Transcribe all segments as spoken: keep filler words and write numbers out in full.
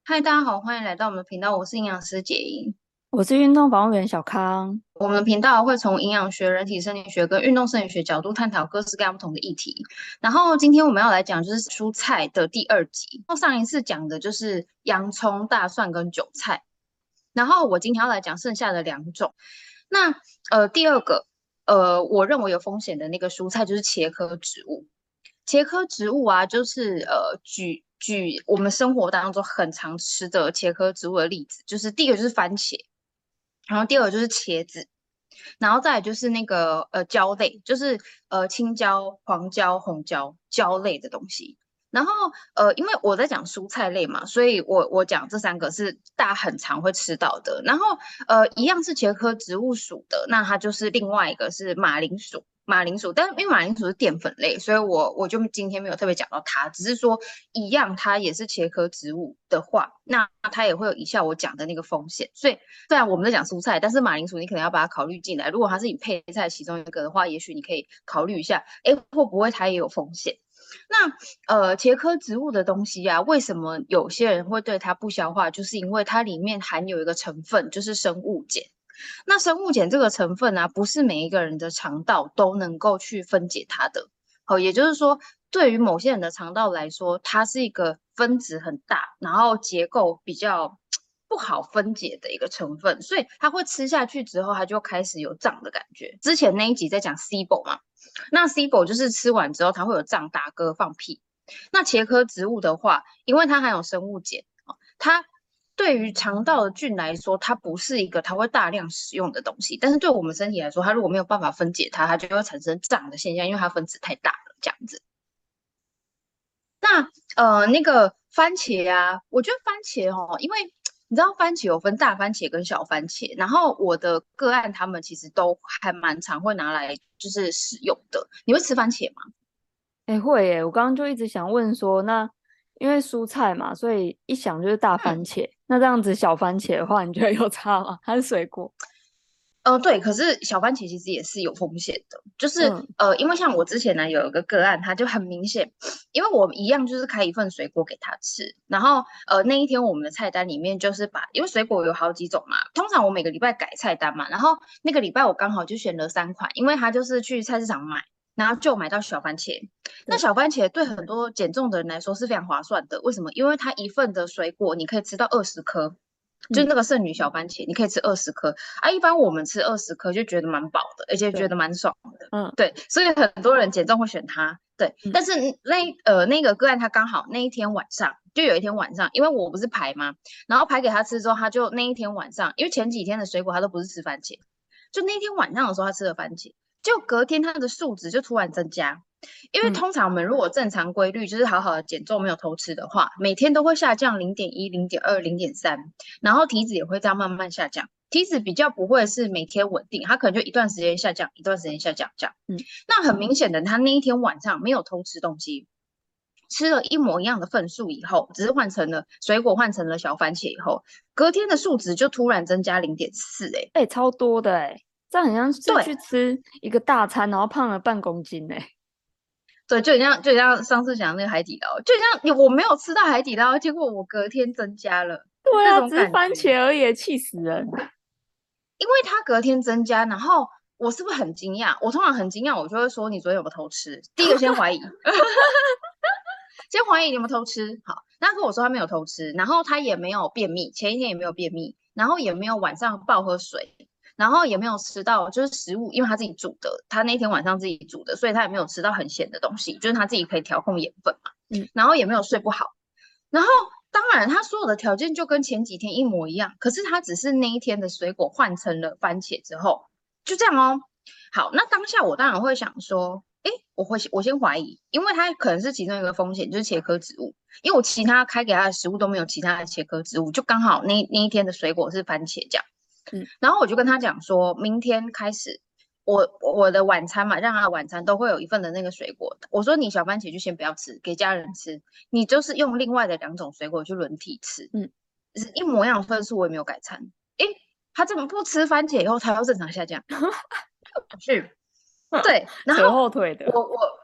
嗨，大家好，欢迎来到我们的频道，我是营养师杰英。 我是运动防护员小康。 我们的频道会从营养学、人体生理学跟运动生理学角度探讨各式各样不同的议题。然后今天我们要来讲就是蔬菜的第二集。上一次讲的就是洋葱、大蒜跟韭菜，然后我今天要来讲剩下的两种。那呃，第二个呃，我认为有风险的那个蔬菜就是茄科植物。茄科植物啊，就是呃，举举我们生活当中很常吃的茄科植物的例子，就是第一个就是番茄，然后第二个就是茄子，然后再来就是那个呃椒类，就是呃青椒、黄椒、红椒椒类的东西。然后呃，因为我在讲蔬菜类嘛，所以我我讲这三个是大家很常会吃到的。然后呃，一样是茄科植物属的，那它就是另外一个是马铃薯。马铃薯，但是因为马铃薯是淀粉类，所以我我就今天没有特别讲到它，只是说一样，它也是茄科植物的话，那它也会有以下我讲的那个风险。所以虽然我们在讲蔬菜，但是马铃薯你可能要把它考虑进来。如果它是你配菜其中一个的话，也许你可以考虑一下，哎，会不会它也有风险？那呃，茄科植物的东西啊，为什么有些人会对它不消化？就是因为它里面含有一个成分，就是生物碱。那生物碱这个成分啊，不是每一个人的肠道都能够去分解它的。好，也就是说，对于某些人的肠道来说，它是一个分子很大，然后结构比较不好分解的一个成分，所以它会吃下去之后，它就开始有胀的感觉。之前那一集在讲 S I B O 嘛，那 S I B O 就是吃完之后它会有胀、打嗝、放屁。那茄科植物的话，因为它含有生物碱，它对于肠道的菌来说，它不是一个它会大量使用的东西，但是对我们身体来说，它如果没有办法分解它，它就会产生胀的现象，因为它分子太大了，这样子。那呃，那个番茄啊，我觉得番茄哦，因为你知道番茄有分大番茄跟小番茄，然后我的个案他们其实都还蛮常会拿来就是使用的。你会吃番茄吗？ 哎、会耶！我刚刚就一直想问说，那因为蔬菜嘛，所以一想就是大番嗯。 茄。那这样子小番茄的话，你觉得有差吗？它是水果。 呃，对，可是小番茄其实也是有风险的，就是嗯， 呃，因为像我之前呢有一个个案，他就很明显，因为我一样就是开一份水果给他吃，然后呃那一天我们的菜单里面就是把，因为水果有好几种嘛，通常我每个礼拜改菜单嘛，然后那个礼拜我刚好就选了三款，因为他就是去菜市场买，然后就买到小番茄，那对， 小番茄对很多减重的人来说是非常划算的，为什么？因为它一份的水果你可以吃到二十颗。就是嗯那个圣女小番茄，你可以吃二十颗啊。一般我们吃二十颗就觉得蛮饱的，而且觉对， 得蛮爽的。 嗯对，所以很多人减重会选它。对， 嗯但是那呃那个个案他刚好那一天晚上，就有一天晚上，因为我不是排吗？然后排给他吃之后，他就那一天晚上，因为前几天的水果他都不是吃番茄，就那天晚上的时候他吃了番茄，就隔天他的数值就突然增加。因为嗯， 通常我们如果正常规律就是好好的减重，没有偷吃的话，每天都会下降零点一、零点二、零点三，然后体脂也会这样慢慢下降。体脂比较不会是每天稳定，它可能就一段时间下降，一段时间下降这样。 嗯， 那很明显的，他那一天晚上没有偷吃东西，吃了一模一样的份数以后，只是换成了水果，换成了小番茄以后，隔天的数值就突然增加零点四，哎， 哎、超多的哎，这样很像是对去吃一个大餐，然后胖了半公斤哎。 对，就像就像上次讲的那个海底捞，就像你我没有吃到海底捞，结果我隔天增加了对啊， 这种只是番感觉。 茄而已，气死人。 因为他隔天增加，然后我是不是很惊讶？我通常很惊讶，我就会说你昨天有没有偷吃？第一个先怀疑，先怀疑你有没有偷吃。好，那跟我说他没有偷吃，然后他也没有便秘，前一天也没有便秘，然后也没有晚上暴喝水，然后也没有吃到就是食物，因为他自己煮的，他那天晚上自己煮的，所以他也没有吃到很咸的东西，就是他自己可以调控盐分嘛， 嗯， 然后也没有睡不好，然后当然他所有的条件就跟前几天一模一样，可是他只是那一天的水果换成了番茄之后，就这样哦。好，那当下我当然会想说，诶，我会我先怀疑，因为它可能是其中一个风险，就是茄科植物，因为我其他开给他的食物都没有其他的茄科植物，就刚好那那一天的水果是番茄酱。 嗯， 然后我就跟他讲说，明天开始，我我的晚餐嘛，让他的晚餐都会有一份的那个水果的。我说你小番茄就先不要吃，给家人吃，你就是用另外的两种水果去轮替吃， 嗯， 是一模一样的分数，我也没有改餐。诶，他怎么不吃番茄以后，才要正常下降？是，对，然后扯后腿的。 我我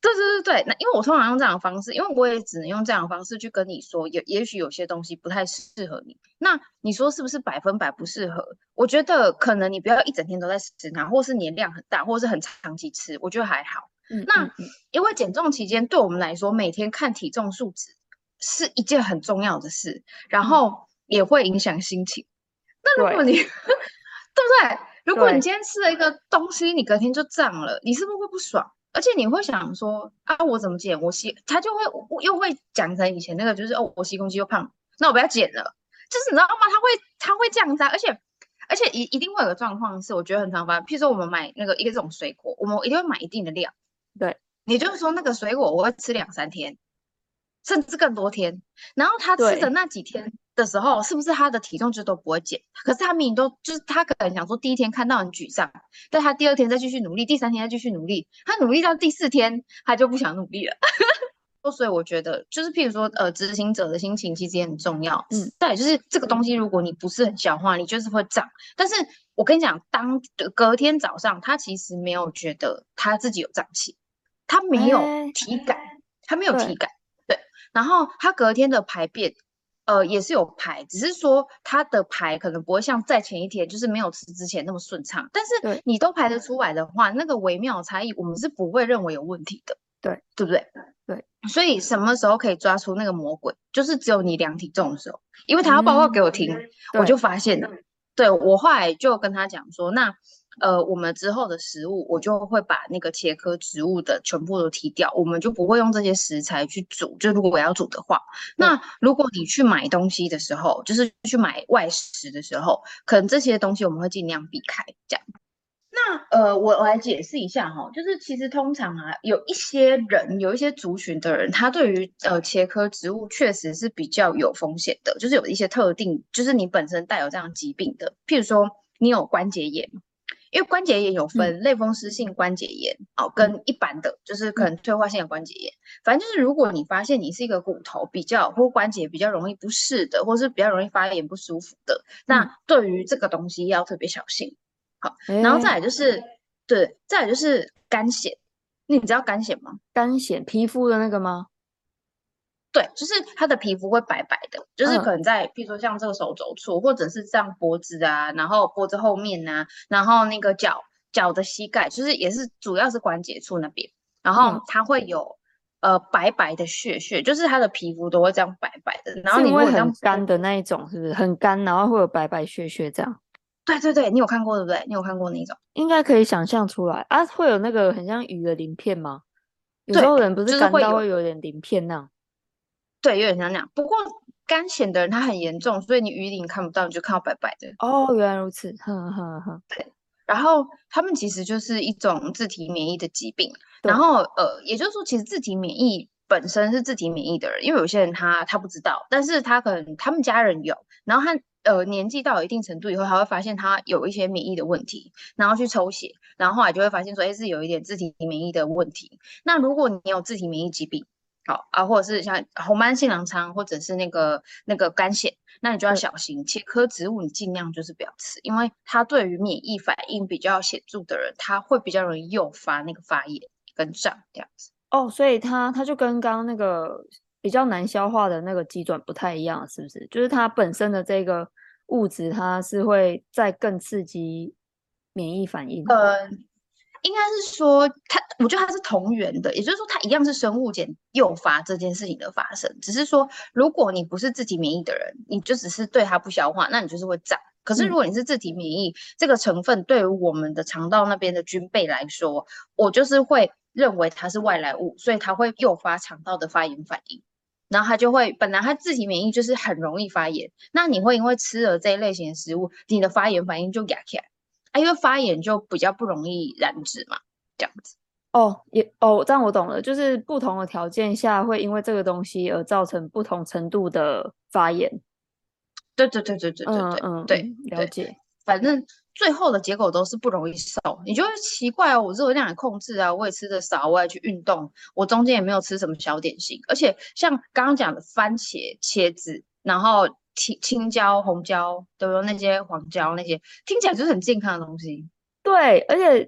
对对对对，那因为我通常用这样的方式，因为我也只能用这样的方式去跟你说，也也许有些东西不太适合你。那你说是不是百分百不适合？我觉得可能你不要一整天都在吃它，或是你的量很大，或是很长期吃，我觉得还好。那嗯嗯嗯， 因为减重期间对我们来说，每天看体重数值是一件很重要的事，然嗯， 后也会影响心情。那如果对你对不对？如果你对， 今天吃了一个东西，你隔天就胀了，你是不是会不爽？而且你会想说啊，我怎么减？我吸，他就会又会讲成以前那个，就是哦，我吸公斤又胖，那我不要减了。就是你知道吗？他会他会这样子啊，而且而且一一定会有个状况是，我觉得很常发生。譬如说我们买那个一个这种水果，我们一定会买一定的量， 对也就是说那个水果我会吃两三天，甚至更多天。然后他吃的对， 那几天的时候，是不是他的体重就都不会减？可是他明明都就是他可能想说第一天看到很沮丧，但他第二天再继续努力，第三天再继续努力，他努力到第四天他就不想努力了。所以我觉得，就是譬如说，呃，执行者的心情其实也很重要。 嗯， 对，就是这个东西，如果你不是很消化，你就是会胀。但是我跟你讲，当隔天早上，他其实没有觉得他自己有胀气，他没有哎， 体感，他没有体对感。对，然后他隔天的排便，呃，也是有排，只是说他的排可能不会像在前一天，就是没有吃之前那么顺畅。但是对你都排得出来的话，那个微妙的差异，我们是不会认为有问题的， 对对不对？ 对， 所以什么时候可以抓出那个魔鬼，就是只有你量体重的时候，因为他要报告嗯， 给我听，我就对， 发现了。对，我后来就跟他讲说，那呃，我们之后的食物，我就会把那个茄科植物的全部都踢掉，我们就不会用这些食材去煮。就如果我要煮的话， 对， 那如果你去买东西的时候，就是去买外食的时候，可能这些东西我们会尽量避开，这样。那呃，我我来解释一下哈，就是其实通常啊，有一些人，有一些族群的人，他对于呃茄科植物确实是比较有风险的，就是有一些特定，就是你本身带有这样疾病的，譬如说你有关节炎，因为关节炎有嗯分类风湿性关节炎哦， 嗯跟一般的就是可嗯能退化性的关节炎，反正就是如果你发现你是一个骨头比较或关节比较容易不适的，或是比较容易发炎不舒服的， 嗯， 那对于这个东西要特别小心。好。然后再哎， 来就是，对，再来就是干癣，你知道干癣吗？ 干癣皮肤的那个吗？ 对，就是它的皮肤会白白的，就是可嗯能在，比如说像这个手肘处，或者是像脖子啊，然后脖子后面啊，然后那个脚脚的膝盖，就是也是主要是关节处那边，然嗯， 后它会有呃白白的血血，就是它的皮肤都会这样白白的，然后是因为你如果这样拨， 很干的那一种，是不是很干，然后会有白白屑屑这样？ 对对对，你有看过对不对？你有看过那种？ 应该可以想象出来啊，会有那个很像鱼的鳞片吗？有时对， 候人不是干到就是会有。 会有点鳞片那样。 对，有点像那样。不过干癣的人他很严重，所以你鱼鳞看不到，你就看到白白的。 哦，原来如此，哼哼哼， 然后他们其实就是一种自体免疫的疾病。然对， 后呃，也就是说，其实自体免疫本身是自体免疫的人，因为有些人他他不知道，但是他可能他们家人有，然后他呃年纪到一定程度以后，他会发现他有一些免疫的问题，然后去抽血，然后后来就会发现说，哎，是有一点自体免疫的问题。那如果你有自体免疫疾病，好啊，或者是像红斑性狼疮，或者是那个那个肝癣，那你就要对， 小心。茄科植物你尽量就是不要吃，因为它对于免疫反应比较显著的人，他会比较容易诱发那个发炎跟胀这样子。 哦，所以它它就跟刚刚那个比较难消化的那个鸡转不太一样，是不是？就是它本身的这个物质，它是会再更刺激免疫反应。 呃，应该是说它，我觉得它是同源的，也就是说它一样是生物碱诱发这件事情的发生，只是说如果你不是自体免疫的人，你就只是对它不消化，那你就是会胀。可是如嗯， 果你是自体免疫，这个成分对于我们的肠道那边的菌辈来说，我就是会认为它是外来物，所以它会诱发肠道的发炎反应。然后它就会，本来它自体免疫就是很容易发炎，那你会因为吃了这一类型的食物，你的发炎反应就压起来。啊，因为发炎就比较不容易燃脂嘛，这样子。 哦，也哦，这样我懂了，就是不同的条件下会因为这个东西而造成不同程度的发炎。 对对对对对对嗯对对嗯嗯，了对， 解。 反正最后的结果都是不容易瘦，你就会奇怪哦，我热量也控制啊，我也吃的少，我也去运动，我中间也没有吃什么小点心，而且像刚刚讲的番茄、茄子，然后青青椒、红椒，对不对？那些黄椒那些听起来就是很健康的东西。 对，而且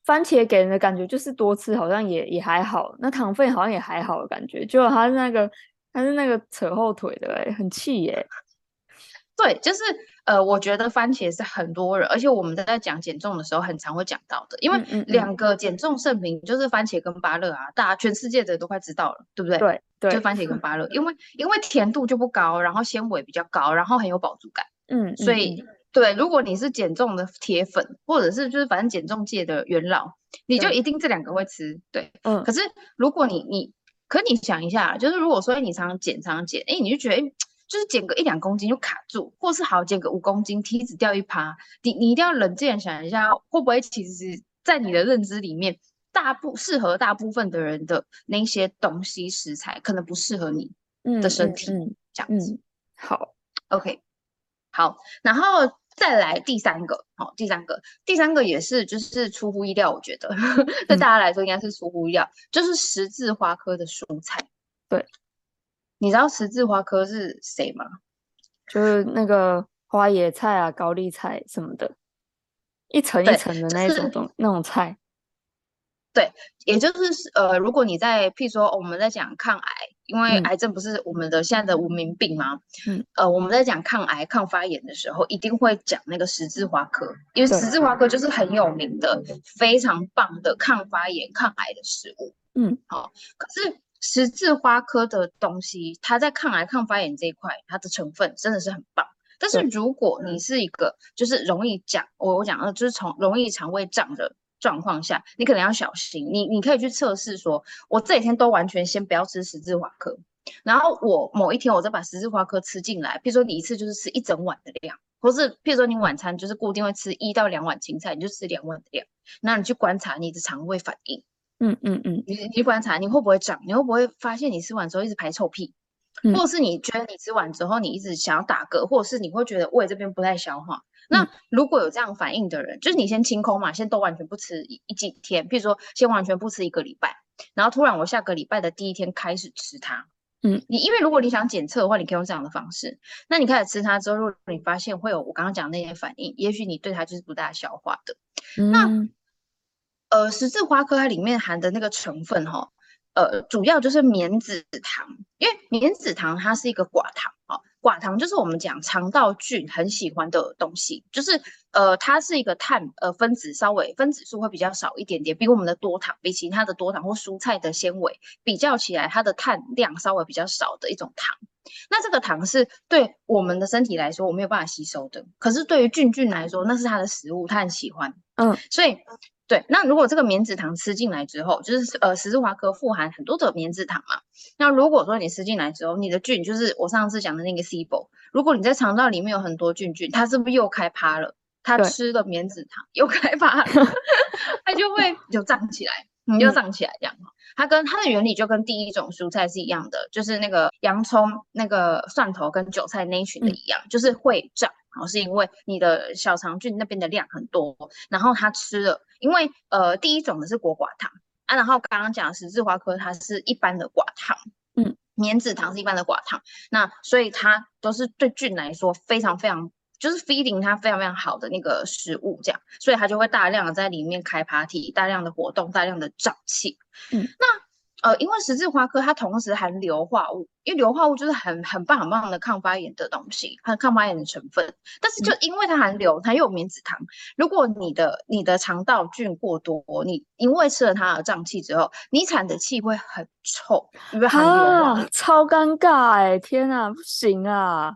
番茄给人的感觉就是多吃好像也也还好，那糖分好像也还好的感觉，结果它是那个它是那个扯后腿的、欸，很气耶、 对，就是呃，我觉得番茄是很多人，而且我们在讲减重的时候很常会讲到的，因为嗯嗯嗯， 两个减重圣品就是番茄跟芭乐啊，大家全世界的人都快知道了，对不对？ 对对， 就番茄跟芭乐，因为因为甜度就不高，然后纤维比较高，然后很有饱足感， 嗯所以嗯嗯， 对，如果你是减重的铁粉，或者是就是反正减重界的元老，你就对， 一定这两个会吃，对。 嗯可是如果你你，可你想一下，就是如果说你常常减常常减，哎，你就觉得哎。就是减个一两公斤就卡住，或是好减个五公斤，体脂掉一趴，你你一定要冷静地想一下，会不会其实在你的认知里面，大部适合大部分的人的那些东西食材，可能不适合你的嗯身体， 嗯嗯这样子。 嗯，好， OK，好，然后再来第三个，好，第三个，第三个也是就是出乎意料，我觉得对嗯大家来说应该是出乎意料，就是十字花科的蔬菜。 对， 你知道十字花科是谁吗？ 就是那个花椰菜啊、高丽菜什么的，一层一对， 层的那一种就是东那种菜， 对，也就是呃，如果你在譬如说我们在讲抗癌，因为嗯癌症不是我们的现在的文明病吗？ 嗯， 呃，我们在讲抗癌、抗发炎的时候，一定会讲那个十字花科，因为对， 十字花科就是很有名的、非常棒的抗发炎、抗癌的食物。 嗯好，可是十字花科的东西，它在抗癌、抗发炎这一块，它的成分真的是很棒。但是对， 如果你是一个就是容易讲，我我讲的就是从容易肠胃胀的状况下，你可能要小心。你你可以去测试说，我这几天都完全先不要吃十字花科，然后我某一天我再把十字花科吃进来，比如说你一次就是吃一整碗的量，或是譬如说你晚餐就是固定会吃一到两碗青菜，你就吃两碗的量，那你去观察你的肠胃反应。 嗯嗯嗯你你去观察你会不会长，你会不会发现你吃完之后一直排臭屁，或嗯者是你觉得你吃完之后你一直想要打嗝，或者是你会觉得胃这边不太消化。 嗯， 那如果有这样反应的人，就是你先清空嘛，先都完全不吃一一几天，譬如说先完全不吃一个礼拜，然后突然我下个礼拜的第一天开始吃它。 嗯你因为如果你想检测的话，你可以用这样的方式。那你开始吃它之后，如果你发现会有我刚刚讲的那些反应，也许你对它就是不大消化的。那嗯， 呃，十字花科它里面含的那个成分哈，呃，主要就是棉子糖，因为棉子糖它是一个寡糖啊，寡糖就是我们讲肠道菌很喜欢的东西，就是呃，它是一个碳呃分子稍微分子数会比较少一点点，比我们的多糖，比其他的多糖或蔬菜的纤维比较起来，它的碳量稍微比较少的一种糖。那这个糖是对我们的身体来说我没有办法吸收的，可是对于菌菌来说，那是它的食物，它很喜欢， 嗯所以对，那如果这个棉子糖吃进来之后，就是呃十字花科富含很多的棉子糖嘛。那如果说你吃进来之后，你的菌就是我上次讲的那个 S I B O，如果你在肠道里面有很多菌菌，它是不是又开趴了？它对， 吃了棉子糖又开趴了，它就会就胀起来，你就嗯胀起来这样。它跟它的原理就跟第一种蔬菜是一样的，就是那个洋葱、那个蒜头跟韭菜那一群的嗯一样，就是会胀。然后是因为你的小肠菌那边的量很多，然后它吃了，因为呃第一种的是果寡糖啊，然后刚刚讲十字花科它是一般的寡糖， 嗯棉子糖是一般的寡糖，那所以它都是对菌来说非常非常就是 feeding 它非常非常好的那个食物，这样，所以它就会大量的在里面开 party，大量的活动，大量的胀气。 嗯， 那呃，因为十字花科它同时含硫化物，因为硫化物就是很很棒很棒的抗发炎的东西，和抗发炎的成分。但是就因为它含硫，它又有棉子糖，如果你的你的肠道菌过多，你因为吃了它的胀气之后，你产的气会很臭，因为含硫化啊， 物。 超尴尬哎、天啊，不行啊，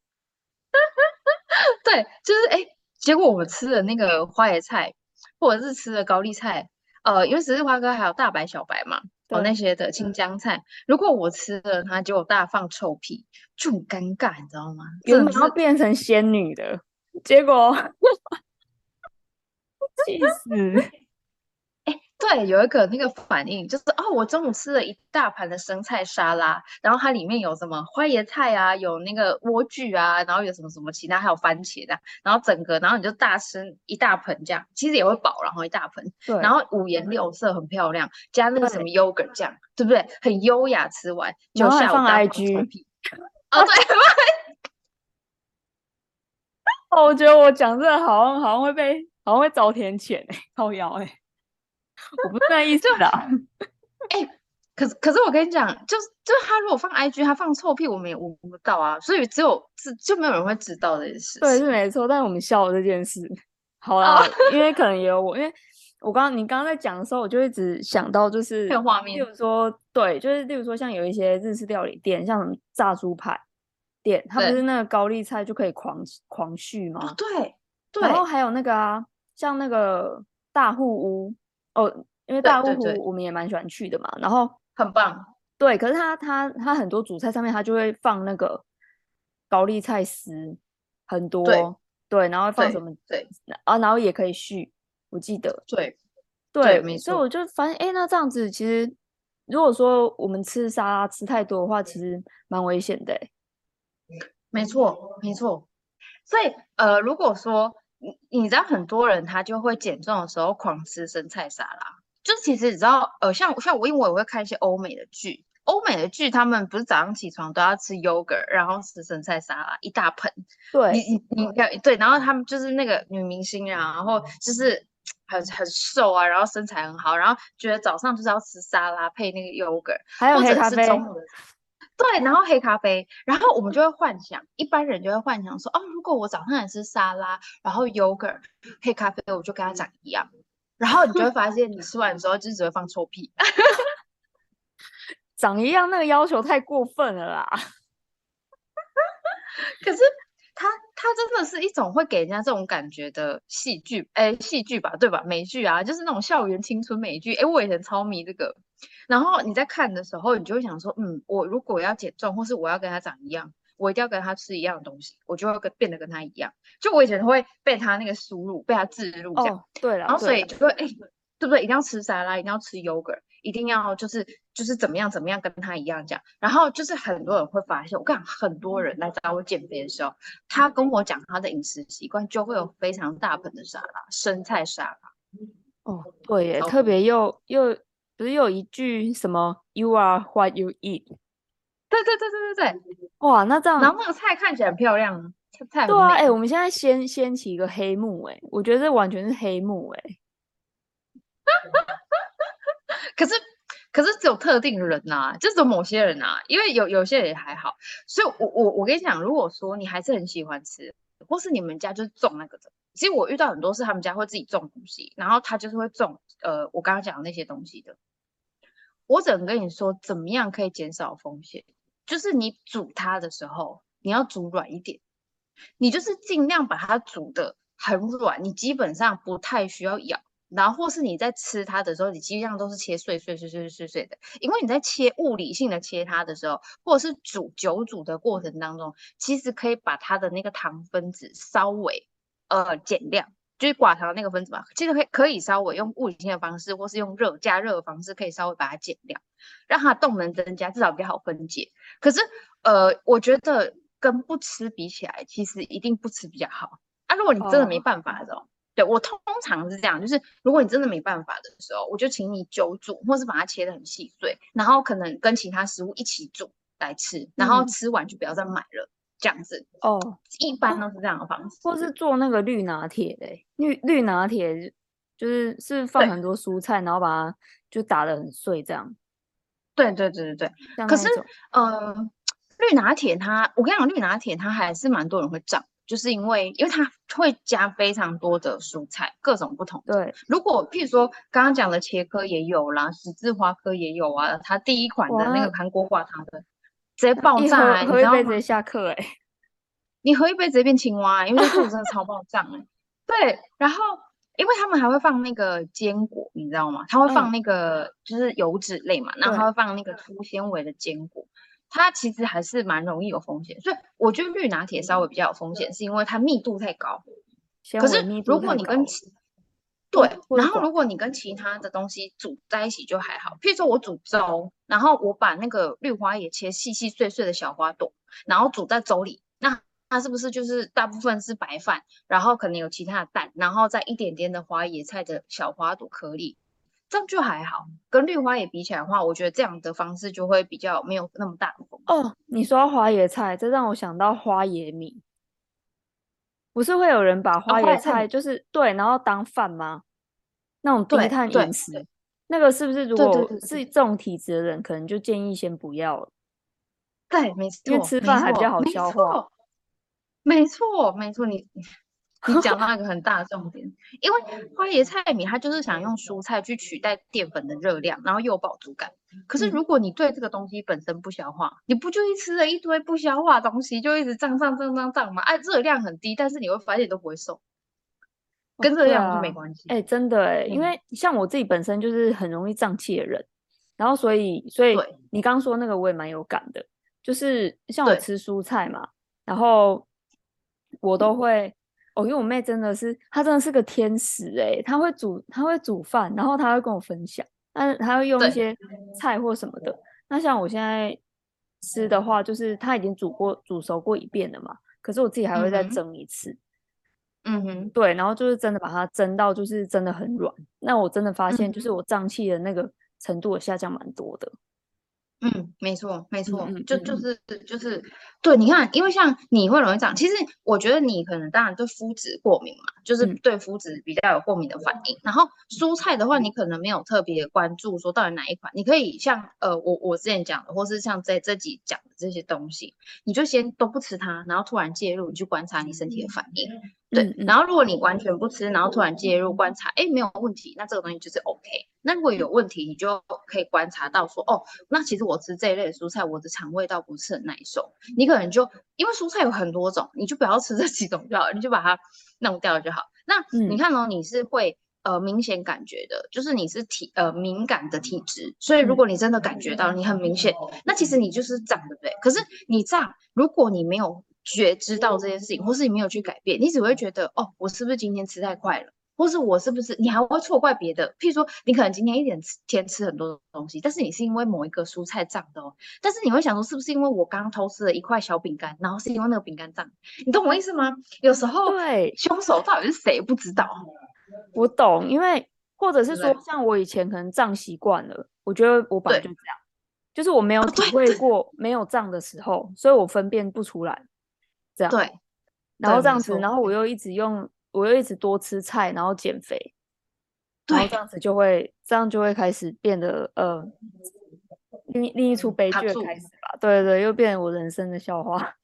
对，就是哎，结果我们吃的那个花椰菜，或者是吃的高丽菜，呃，因为十字花科还有大白、小白嘛，哦那对， 些的青江菜，如果我吃了它，结果大放臭屁，就很尴尬，你知道吗？ 原本要真的是变成仙女的，结果气死， 对，有一个那个反应，就是哦，我中午吃了一大盘的生菜沙拉，然后它里面有什么花椰菜啊，有那个莴苣啊，然后有什么什么其他，还有番茄的，然后整个，然后你就大吃一大盆这样，其实也会饱，然后一大盆，然对后五颜六色很漂亮，加那个什么对， yogurt 酱，对不对？很优雅，吃完就然后还放下午大放臭 I G， 屁。哦，对， 哦，我觉得我讲这个好像好像会被好像会遭天谴哎、欸，靠腰哎、 我不是那意思就啦。 哎、可是可是我跟你讲，就是就是他如果放 I G，他放臭屁，我们也闻不到啊，所以只有只就没有人会知道这件事对， 情。 是没错，但是我们笑这件事，好哦， 啦，因为可能也有我，因为我刚刚你刚刚在讲的时候，我就一直想到，就是很有画例面。 如说，对，就是例如说，像有一些日式料理店，像什么炸猪排店，它不是对， 那个高丽菜就可以狂狂续哦， 吗？ 对对然后还有那个啊，像那个大户屋，哦，因为大户对对对， 屋我们也蛮喜欢去的嘛。然后很棒。 对，可是它它它很多主菜上面它就会放那个高丽菜丝，很对多，对，然后会放什对么对啊，然后也可以续，我记得， 对对， 对， 没错。 所以我就发现，哎，那这样子其实如果说我们吃沙拉吃太多的话，其实蛮危险的诶。 没错，没错。所以，呃，如果说你你知道很多人他就会减重的时候狂吃生菜沙拉，就其实你知道，呃，像像我，因为我也会看一些欧美的剧，欧美的剧他们不是早上起床都要吃 yogurt，然后吃生菜沙拉一大盆，你对， 你你看对，然后他们就是那个女明星啊，然后就是很很瘦啊，然后身材很好，然后觉得早上就是要吃沙拉配那个 yogurt， 还有黑或者咖啡， 是中午的对，然后黑咖啡，然后我们就会幻想，一般人就会幻想说，哦，如果我早上也吃沙拉，然后 yogurt 黑咖啡，我就跟他长一样。然后你就会发现，你吃完之后就只会放臭屁。 长一样那个要求太过分了啦。 可是它它真的是一种会给人家这种感觉的戏剧，哎，戏剧吧，对吧？美剧啊，就是那种校园青春美剧。哎，我以前超迷这个。然后你在看的时候，你就会想说，嗯，我如果要减重，或是我要跟他长一样，我一定要跟他吃一样的东西，我就会跟变得跟他一样。就我以前会被他那个输入，被他置入这样， 哦，对了然后所对了， 以就会哎，对不对？一定要吃沙拉，一定要吃 yogurt，一定要就是就是怎么样怎么样跟他一样这样。然后就是很多人会发现，我跟你讲，很多人来找我减肥的时候，他跟我讲他的饮食习惯，就会有非常大盆的沙拉，生菜沙拉， 哦，对耶， 超多。 特别又又不是又有一句什么 "You are what you eat"， 对对对对对对。 哇，那这样然后那个菜看起来很漂亮，菜菜很对啊，哎、我美。 们现在掀掀起一个黑幕，哎，我觉得这完全是黑幕，哎， 可是可是只有特定人呐、啊，就只有某些人啊，因为有有些人也还好。所以我我我跟你讲，如果说你还是很喜欢吃，或是你们家就是种那个的，其实我遇到很多是他们家会自己种东西，然后他就是会种呃我刚刚讲的那些东西的。我只能跟你说，怎么样可以减少风险，就是你煮它的时候，你要煮软一点，你就是尽量把它煮的很软，你基本上不太需要咬。然后或是你在吃它的时候，你基本上都是切碎碎碎碎碎碎的，因为你在切物理性的切它的时候，或者是煮久煮的过程当中，其实可以把它的那个糖分子稍微呃减量，就是寡糖那个分子嘛，其实可以可以稍微用物理性的方式，或是用热加热的方式，可以稍微把它减量，让它动能增加，至少比较好分解。可是呃，我觉得跟不吃比起来，其实一定不吃比较好。啊，如果你真的没哦办法的时候，对我通常是这样，就是如果你真的没办法的时候，我就请你久煮，或是把它切的很细碎，然后可能跟其他食物一起煮来吃，然后嗯， 吃完就不要再买了，这样子。 哦一般啊， 都是这样的方式。 或是做那个绿拿铁嘞，绿绿拿铁就是是放对很多蔬菜，然后把它就打得很碎，这样对对对对对。可是， 像那种， 呃，绿拿铁它，我跟你讲，绿拿铁它还是蛮多人会涨，就是因为因为它会加非常多的蔬菜，各种不同的。 对， 如果譬如说刚刚讲的茄科也有啦，十字花科也有啊，它第一款的那哇， 个韩国寡糖的直接那一喝爆炸欸，你知道吗？ 喝一杯直接下课，哎， 你喝一杯直接变青蛙欸，因为它做的真的超爆胀哎。对，然后因为他们还会放那个坚果，你知道吗？他会放嗯， 那个就是油脂类嘛，然后他对， 会放那个粗纤维的坚果，它其实还是蛮容易有风险。所以我觉得绿拿铁稍微比较有风险，是因为它密度太高。可是纤维密度如果你跟太高， 其或对，然后或是寡糖， 如果你跟其他的东西煮在一起就还好，譬如说我煮粥，然后我把那个绿花叶切细细碎碎的小花朵，然后煮在粥里，那它是不是就是大部分是白饭，然后可能有其他的蛋，然后再一点点的花椰菜的小花朵颗粒，这样就还好。跟绿花叶比起来的话，我觉得这样的方式就会比较没有那么大的风险。 哦，你说到花椰菜，这让我想到花椰米，不是会有人把啊， 花椰花椰菜米， 菜就是对，然后当饭吗？那种低对碳饮对食， 那个是不是如对对果对对是这种体质的人，可能就建议先不要了， 对，没因为错吃饭还比较没错好没错消化。 没错没错，你你讲到一个很大的重点，因为花椰菜米它就是想用蔬菜去取代淀粉的热量，然后又有饱足感。可是嗯， 如果你对这个东西本身不消化，你不就一吃了一堆不消化的东西，就一直胀胀胀胀胀嘛？哎、热量很低，但是你会发现你都不会瘦， 哦， 跟热量就没对啊， 关系。 哎、真的哎，因嗯， 为像我自己本身就是很容易胀气的人，然后所以所以对你刚刚说那个我也蛮有感的，就是像我对， 吃蔬菜嘛，然后我都会哦，因为我妹真的是她真的是个天使诶，她会煮她会煮饭，然后她会跟我分享，但是她会用一对， 些菜或什么的。那像我现在吃的话，就是她已经煮过煮熟过一遍了嘛，可是我自己还会再嗯哼， 蒸一次。 嗯哼， 对，然后就是真的把它蒸到就是真的很软，那我真的发现就是嗯哼。 我胀气的那个程度有下降蛮多的。 嗯，没错，没嗯错， 嗯嗯嗯， 就就是就是，对，你看，因为像你会容易长，其实我觉得你可能当然对麸质过敏嘛，就是嗯对麸质比较有过敏的反应。然后蔬菜的话，你可能没有特别关注说到底哪一款，你可以像呃我我之前讲的，或是像这这集讲的这些东西，你就先都不吃它，然后突然介入，你去观察你身体的反应。对， 嗯嗯然后如果你完全不吃，然后突然介入观察，哎，没有问题，那这个东西就是 OK。那如果有问题，你就可以观察到说，哦，那其实我吃这一类的蔬菜，我的肠胃道不是很耐受。你可能就因为蔬菜有很多种，你就不要吃这几种就好，你就把它弄掉就好。那你嗯， 看哦，你是会呃明显感觉的，就是你是体呃敏感的体质，所以如嗯果你真的感觉到你很明显，那其实你就是胀，对不对？可是你胀，如果你没有觉知到这件事情，或是你没有去改变，你只会觉得哦，我是不是今天吃太快了？或是我是不是你还会错怪别的？譬如说，你可能今天一整天吃很多东西，但是你是因为某一个蔬菜胀的哦。但是你会想说，是不是因为我刚偷吃了一块小饼干，然后是因为那个饼干胀？你懂我意思吗？有时候对， 凶手到底是谁不知道， 我懂，因为或者是说， 对不对？ 像我以前可能胀习惯了，我觉得我本来就对， 这样，就是我没有哦，对体会对过没有胀的时候，所以我分辨不出来这样。 对对， 然后这样子，然没错， 后我又一直用，我又一直多吃菜，然后减肥，然后这对， 样子就会，这样就会开始变得呃，另另一出悲剧的卡住， 开始吧。对对对，又变成我人生的笑话。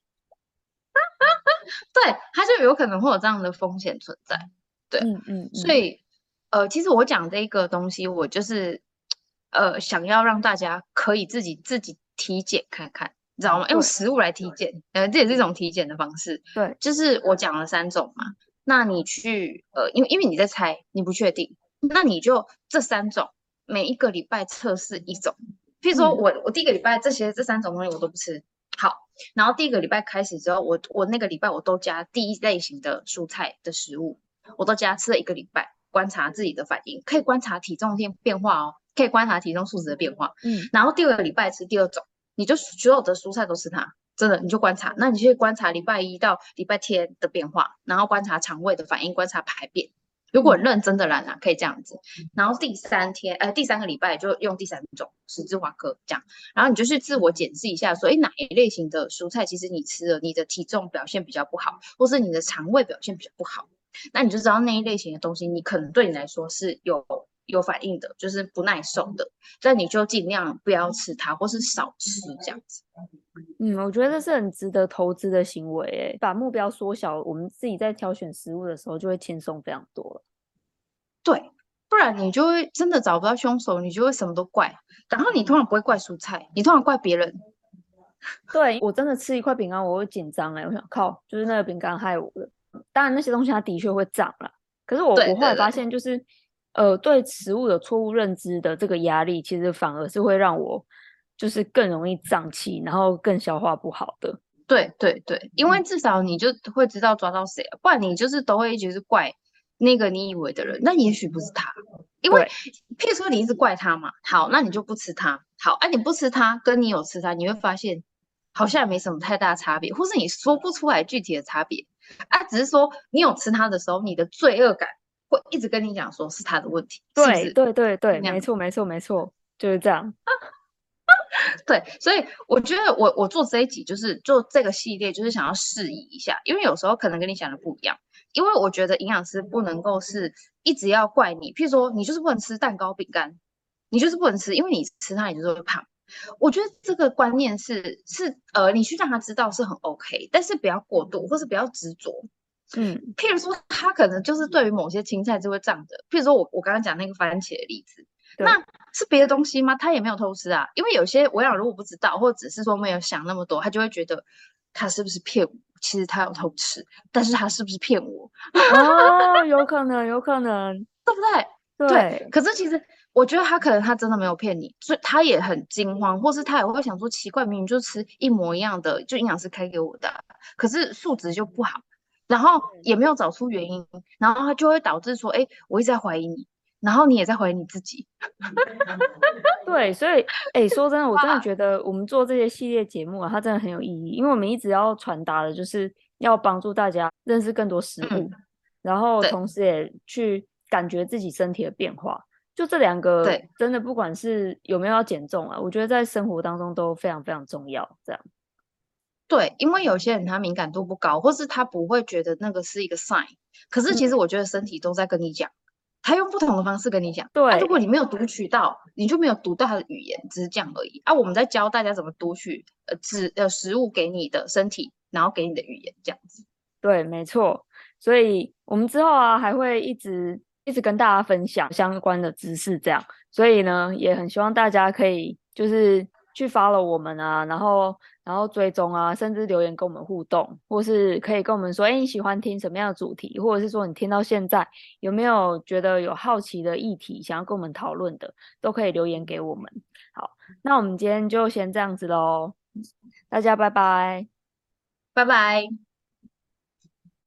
对，它就有可能会有这样的风险存在。对， 嗯嗯嗯， 所以呃，其实我讲这个东西，我就是呃想要让大家可以自己自己体检看看，你知道吗？用对食物来体检，呃，这也是一种体检的方式。 对， 就是我讲了三种嘛，那你去呃，因为因为你在猜，你不确定，那你就这三种每一个礼拜测试一种。譬如说嗯我我第一个礼拜这些这三种东西我都不吃，好，然后第一个礼拜开始之后，我我那个礼拜我都加第一类型的蔬菜的食物，我都加吃了一个礼拜，观察自己的反应，可以观察体重变变化哦，可以观察体重数值的变化。 嗯然后第二个礼拜吃第二种，你就所有的蔬菜都吃它，真的你就观察，那你去观察礼拜一到礼拜天的变化，然后观察肠胃的反应，观察排便。如果嗯认真的人啊，可以这样子。然后第三天，呃，第三个礼拜就用第三种十字花科这样，然后你就去自我检视一下，说，哎，哪一类型的蔬菜其实你吃了，你的体重表现比较不好，或是你的肠胃表现比较不好，那你就知道那一类型的东西，你可能对你来说是有有反应的，就是不耐受的，但你就尽量不要吃它，或是少吃这样子。 嗯，我觉得这是很值得投资的行为，诶，把目标缩小，我们自己在挑选食物的时候就会轻松非常多了。 对，不然你就会真的找不到凶手，你就会什么都怪，然后你通常不会怪蔬菜，你通常怪别人。 对，我真的吃一块饼干，我会紧张哎，我想靠，就是那个饼干害我的。当然那些东西它的确会长啦，可是我我后来发对对对现就是，呃，对食物有错误认知的这个压力，其实反而是会让我就是更容易胀气，然后更消化不好的。 对对对，因为嗯， 至少你就会知道抓到谁了，不然你就是都会一直是怪那个你以为的人，那也许不是他，因为对譬如说你一直怪他嘛，好，那你就不吃它，好，啊你不吃它，跟你有吃它，你会发现好像没什么太大差别，或是你说不出来具体的差别，啊，只是说你有吃它的时候，你的罪恶感会一直跟你讲说是他的问题，是不是？ 对对对对， 那样没错没错没错，就是这样。 对，所以我觉得我我做这一集就是做这个系列，就是想要示意一下，因为有时候可能跟你想的不一样。因为我觉得营养师不能够是一直要怪你，譬如说你就是不能吃蛋糕、饼干， 你就是不能吃，因为你吃它，你就是会胖。我觉得这个观念是是呃，你去让他知道是很 OK，但是不要过度，或是不要执着。 嗯， 譬如说，他可能就是对于某些青菜就会胀着。譬如说我我刚刚讲那个番茄的例子，那对， 是别的东西吗？他也没有偷吃啊。因为有些我想，如果不知道，或者只是说没有想那么多，他就会觉得他是不是骗我？其实他有偷吃，但是他是不是骗我？ 哦，有可能，有可能， 对， 对， 可是其实我觉得他可能他真的没有骗你，所以他也很惊慌，或是他也会想说奇怪，明明就吃一模一样的，就营养师开给我的啊，可是数值就不好，然后也没有找出原因，然后他就会导致说，哎，我一直在怀疑你，然后你也在怀疑你自己。 对，所以，哎，说真的，我真的觉得我们做这些系列节目啊，它真的很有意义，因为我们一直要传达的就是要帮助大家认识更多食物， 嗯， 然后对同时也去感觉自己身体的变化。就这两个， 对真的不管是有没有要减重啊，我觉得在生活当中都非常非常重要。这样， 对，因为有些人他敏感度不高，或是他不会觉得那个是一个 sign，可是其实嗯， 我觉得身体都在跟你讲。他用不同的方式跟你讲啊。如果对你没有读取到，你就没有读到他的语言，只是这样而已啊。我们在教大家怎么读取呃植呃食物给你的身体，然后给你的语言这样子。 对，没错。所以我们之后啊，还会一直一直跟大家分享相关的知识，这样。所以呢，也很希望大家可以就是去 follow 我们啊，然后然后追踪啊，甚至留言跟我们互动，或是可以跟我们说，哎，你喜欢听什么样的主题，或者是说你听到现在有没有觉得有好奇的议题想要跟我们讨论的，都可以留言给我们。好，那我们今天就先这样子喽，大家拜拜。 拜拜。